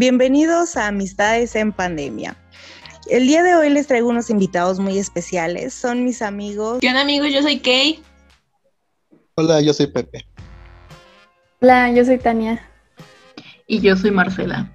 Bienvenidos a Amistades en Pandemia. El día de hoy les traigo unos invitados muy especiales. Son mis amigos. ¿Qué onda, amigos? Yo soy Kay. Hola, yo soy Pepe. Hola, yo soy Tania. Y yo soy Marcela.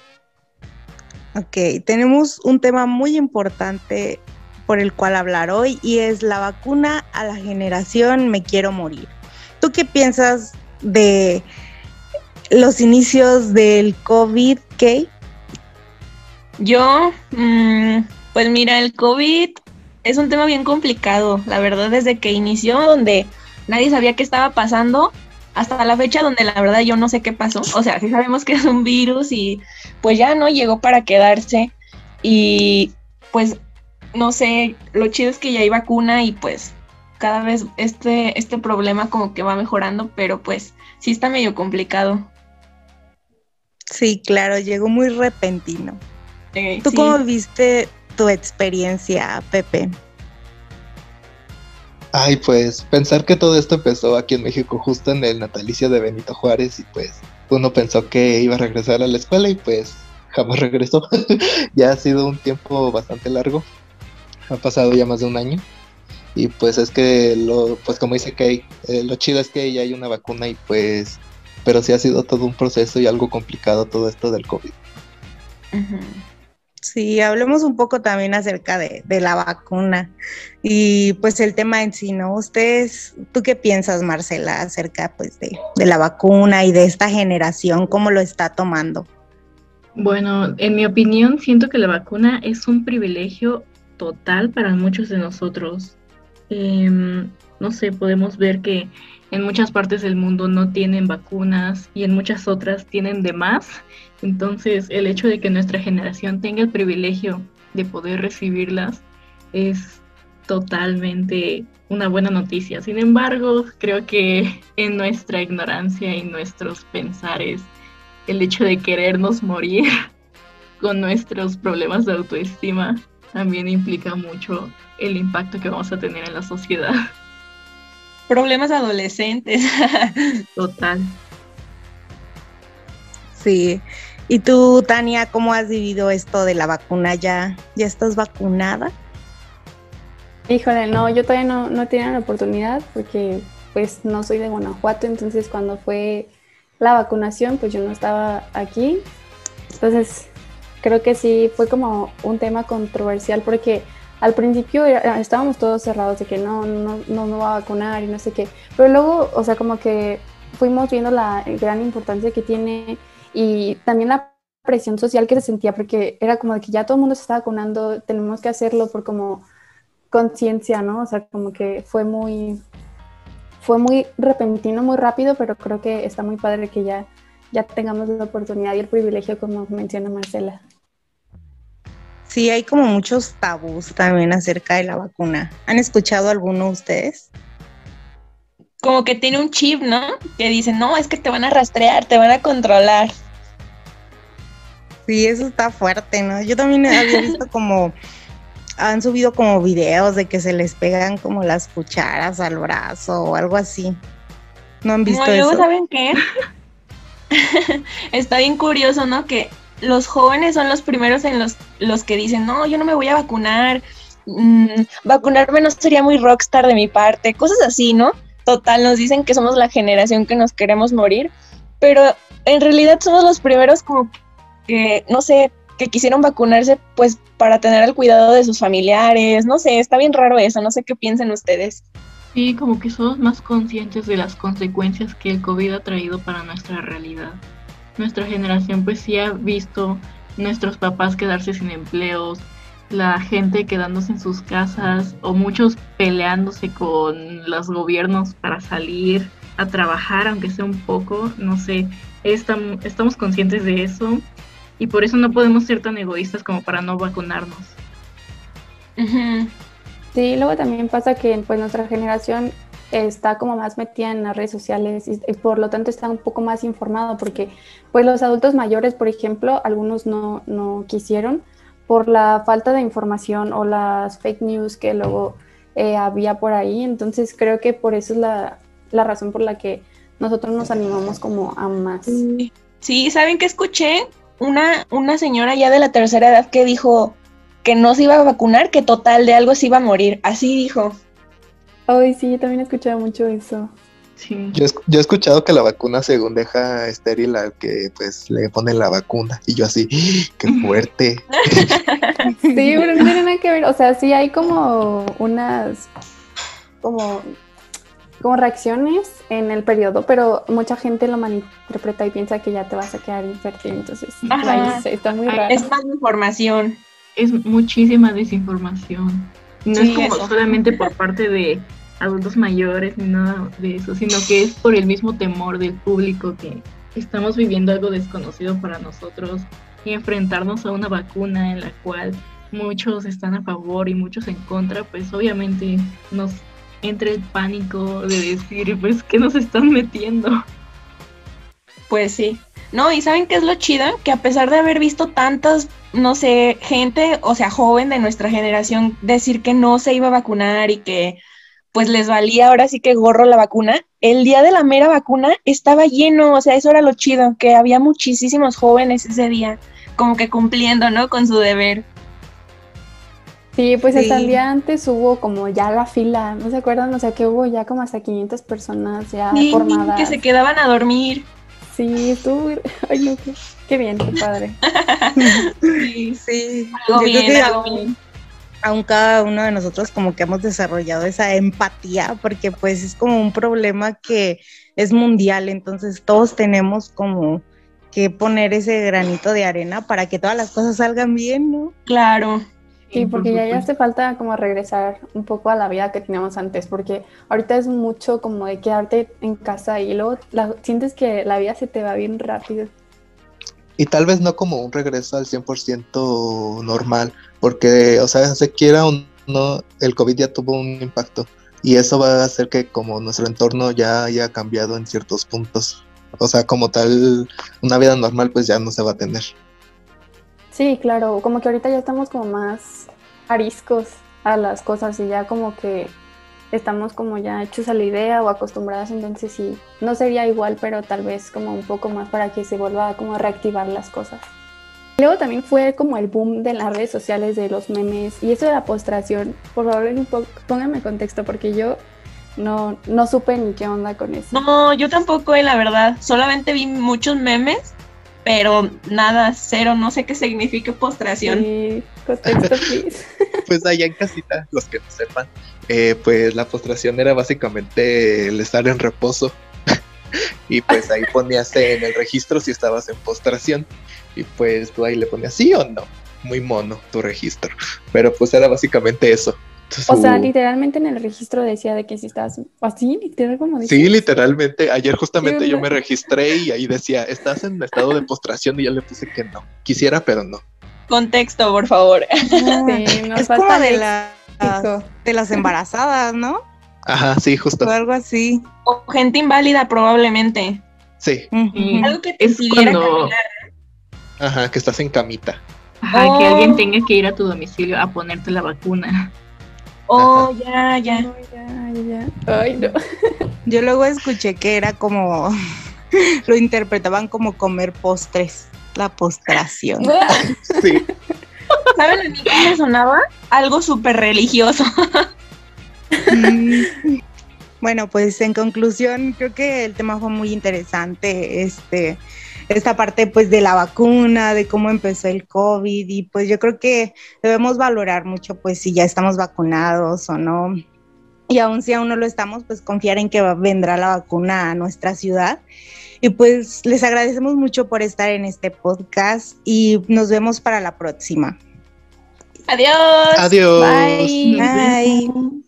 Ok, tenemos un tema muy importante por el cual hablar hoy y es la vacuna a la generación Me Quiero Morir. ¿Tú qué piensas de los inicios del COVID, Kay? Yo, pues mira, el COVID es un tema bien complicado, la verdad, desde que inició, donde nadie sabía qué estaba pasando, hasta la fecha donde la verdad yo no sé qué pasó. O sea, sí sabemos que es un virus y pues ya no llegó para quedarse y pues no sé, lo chido es que ya hay vacuna y pues cada vez este problema como que va mejorando, pero pues sí está medio complicado. Sí, claro, llegó muy repentino. ¿Tú Sí. cómo viste tu experiencia, Pepe? Ay, pues pensar que todo esto empezó aquí en México justo en el natalicio de Benito Juárez y pues uno pensó que iba a regresar a la escuela y pues jamás regresó. Ya ha sido un tiempo bastante largo, ha pasado ya más de un año y pues es que pues como dice Kay, lo chido es que ya hay una vacuna y pues, pero sí ha sido todo un proceso y algo complicado todo esto del COVID. Uh-huh. Sí, hablemos un poco también acerca de la vacuna y pues el tema en sí, ¿no? ¿Tú qué piensas, Marcela, acerca pues de la vacuna y de esta generación, cómo lo está tomando? Bueno, en mi opinión, siento que la vacuna es un privilegio total para muchos de nosotros. No sé, podemos ver que en muchas partes del mundo no tienen vacunas y en muchas otras tienen de más. Entonces, el hecho de que nuestra generación tenga el privilegio de poder recibirlas es totalmente una buena noticia. Sin embargo, creo que en nuestra ignorancia y nuestros pensares, el hecho de querernos morir con nuestros problemas de autoestima también implica mucho el impacto que vamos a tener en la sociedad. Problemas adolescentes. Total. Sí. ¿Y tú, Tania, cómo has vivido esto de la vacuna? ¿Ya estás vacunada? Híjole, no, yo todavía no he tenido la oportunidad porque pues no soy de Guanajuato, entonces cuando fue la vacunación pues yo no estaba aquí. Entonces creo que sí fue como un tema controversial porque al principio estábamos todos cerrados de que no me va a vacunar y no sé qué, pero luego, o sea, como que fuimos viendo la gran importancia que tiene y también la presión social que se sentía porque era como de que ya todo el mundo se está vacunando, tenemos que hacerlo por como conciencia, ¿no? O sea, como que fue muy repentino, muy rápido, pero creo que está muy padre que ya tengamos la oportunidad y el privilegio, como menciona Marcela. Sí, hay como muchos tabús también acerca de la vacuna. ¿Han escuchado alguno ustedes? Como que tiene un chip, ¿no? Que dice, no, es que te van a rastrear, te van a controlar. Sí, eso está fuerte, ¿no? Yo también había visto como, han subido como videos de que se les pegan como las cucharas al brazo o algo así. ¿No han visto No, y luego, eso? ¿saben qué? Está bien curioso, ¿no? Que los jóvenes son los primeros en los que dicen, no, yo no me voy a vacunar, vacunarme no sería muy rockstar de mi parte, cosas así, ¿no? Total, nos dicen que somos la generación que nos queremos morir, pero en realidad somos los primeros como que, no sé, que quisieron vacunarse pues para tener el cuidado de sus familiares, no sé, está bien raro eso, no sé qué piensen ustedes. Sí, como que somos más conscientes de las consecuencias que el COVID ha traído para nuestra realidad. Nuestra generación pues sí ha visto nuestros papás quedarse sin empleos, la gente quedándose en sus casas o muchos peleándose con los gobiernos para salir a trabajar, aunque sea un poco, no sé, estamos conscientes de eso y por eso no podemos ser tan egoístas como para no vacunarnos. Uh-huh. Sí, luego también pasa que pues nuestra generación está como más metida en las redes sociales y por lo tanto está un poco más informada porque pues los adultos mayores, por ejemplo, algunos no quisieron por la falta de información o las fake news que luego había por ahí, entonces creo que por eso es la razón por la que nosotros nos animamos como a más. Sí, ¿saben qué escuché? una señora ya de la tercera edad que dijo que no se iba a vacunar, que total de algo se iba a morir. Así dijo. Ay, sí, yo también he escuchado mucho eso. Sí. Yo he escuchado que la vacuna según deja estéril al que pues le ponen la vacuna. Y yo así, qué fuerte. Sí, pero no tiene nada que ver. O sea, sí hay como unas como reacciones en el periodo, pero mucha gente lo malinterpreta y piensa que ya te vas a quedar infértil. Entonces, Ajá. ahí está muy raro. Es más información. Es muchísima desinformación. No Sí, es como eso. solamente por parte de adultos mayores ni nada de eso, sino que es por el mismo temor del público que estamos viviendo algo desconocido para nosotros y enfrentarnos a una vacuna en la cual muchos están a favor y muchos en contra, pues obviamente nos entra el pánico de decir, pues, ¿qué nos están metiendo? Pues sí. No, y ¿saben qué es lo chido? Que a pesar de haber visto tantas, no sé, gente, o sea, joven de nuestra generación decir que no se iba a vacunar y que pues les valía ahora sí que gorro la vacuna, el día de la mera vacuna estaba lleno, o sea, eso era lo chido, que había muchísimos jóvenes ese día, como que cumpliendo, ¿no? Con su deber. Sí, pues Sí. hasta el día antes hubo como ya la fila, ¿no se acuerdan? O sea, que hubo ya como hasta 500 personas ya Sí, formadas. que se quedaban a dormir. Sí, estuvo... Ay, no, qué bien, qué padre. Sí, Sí, algo yo creo bien, que algo bien. aún cada uno de nosotros como que hemos desarrollado esa empatía, porque pues es como un problema que es mundial, entonces todos tenemos como que poner ese granito de arena para que todas las cosas salgan bien, ¿no? Claro. Sí, por porque ya supuesto. hace falta como regresar un poco a la vida que teníamos antes, porque ahorita es mucho como de quedarte en casa y luego sientes que la vida se te va bien rápido. Y tal vez no como un regreso al 100% normal, porque, o sea, se quiera o no, el COVID ya tuvo un impacto y eso va a hacer que como nuestro entorno ya haya cambiado en ciertos puntos. O sea, como tal, una vida normal pues ya no se va a tener. Sí, claro, como que ahorita ya estamos como más ariscos a las cosas y ya como que estamos como ya hechos a la idea o acostumbradas, entonces sí, no sería igual, pero tal vez como un poco más para que se vuelva como a reactivar las cosas. Luego también fue como el boom de las redes sociales de los memes y eso de la postración, por favor pónganme contexto porque yo no supe ni qué onda con eso. No, yo tampoco, la verdad. Solamente vi muchos memes, pero nada, cero, no sé qué significa postración. Sí, contexto, please. Pues allá en casita, los que no sepan, pues la postración era básicamente el estar en reposo. Y pues ahí ponías en el registro si estabas en postración. Y pues tú ahí le ponías sí o no. Muy mono tu registro. Pero pues era básicamente eso. O sea, literalmente en el registro decía de que si estabas así, literal como dices. Sí, literalmente. Ayer ¿Qué justamente yo onda? me registré y ahí decía, estás en estado de postración y yo le puse que no. Quisiera, pero no. Contexto, por favor. Sí, nos Es falta como de léxico. las embarazadas, ¿no? Ajá, sí, justo. O algo así. O gente inválida, probablemente. Sí, Ujú. Algo que te Es impidiera cuando caminar. ajá, que estás en camita. ajá, Oh. que alguien tenga que ir a tu domicilio a ponerte la vacuna. Oh, ya, ya. Ya. Ay, no. Yo luego escuché que era como, lo interpretaban como comer postres, la postración. Sí. ¿Saben a mí qué me sonaba? Algo súper religioso. Bueno, pues en conclusión, creo que el tema fue muy interesante, esta parte pues de la vacuna, de cómo empezó el COVID y pues yo creo que debemos valorar mucho pues si ya estamos vacunados o no. Y aún si aún no lo estamos, pues confiar en que vendrá la vacuna a nuestra ciudad. Y pues les agradecemos mucho por estar en este podcast y nos vemos para la próxima. Adiós. Adiós. Bye. Bye.